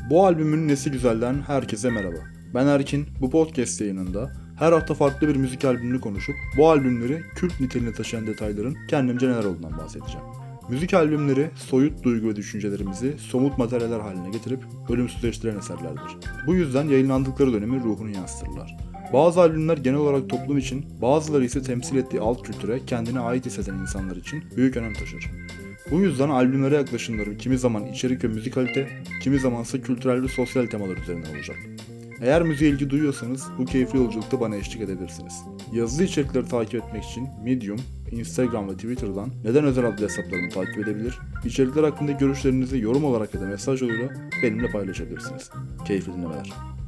Bu albümün nesi güzelden herkese merhaba. Ben Erkin, bu podcast yayınında her hafta farklı bir müzik albümünü konuşup bu albümleri kült niteliğine taşıyan detayların kendimce neler olduğundan bahsedeceğim. Müzik albümleri soyut duygu ve düşüncelerimizi somut materyaller haline getirip ölümsüzleştiren eserlerdir. Bu yüzden yayınlandıkları dönemin ruhunu yansıtırlar. Bazı albümler genel olarak toplum için, bazıları ise temsil ettiği alt kültüre kendine ait hisseden insanlar için büyük önem taşır. Bu yüzden albümlere yaklaşımlarım kimi zaman içerik ve müzikalite, kimi zamansa kültürel ve sosyal temalar üzerinden olacak. Eğer müziğe ilgi duyuyorsanız bu keyifli yolculukta bana eşlik edebilirsiniz. Yazılı içerikleri takip etmek için Medium, Instagram ve Twitter'dan Neden Özel adlı hesaplarımı takip edebilir, içerikler hakkında görüşlerinizi yorum olarak ya da mesaj yoluyla benimle paylaşabilirsiniz. Keyifli dinlemeler.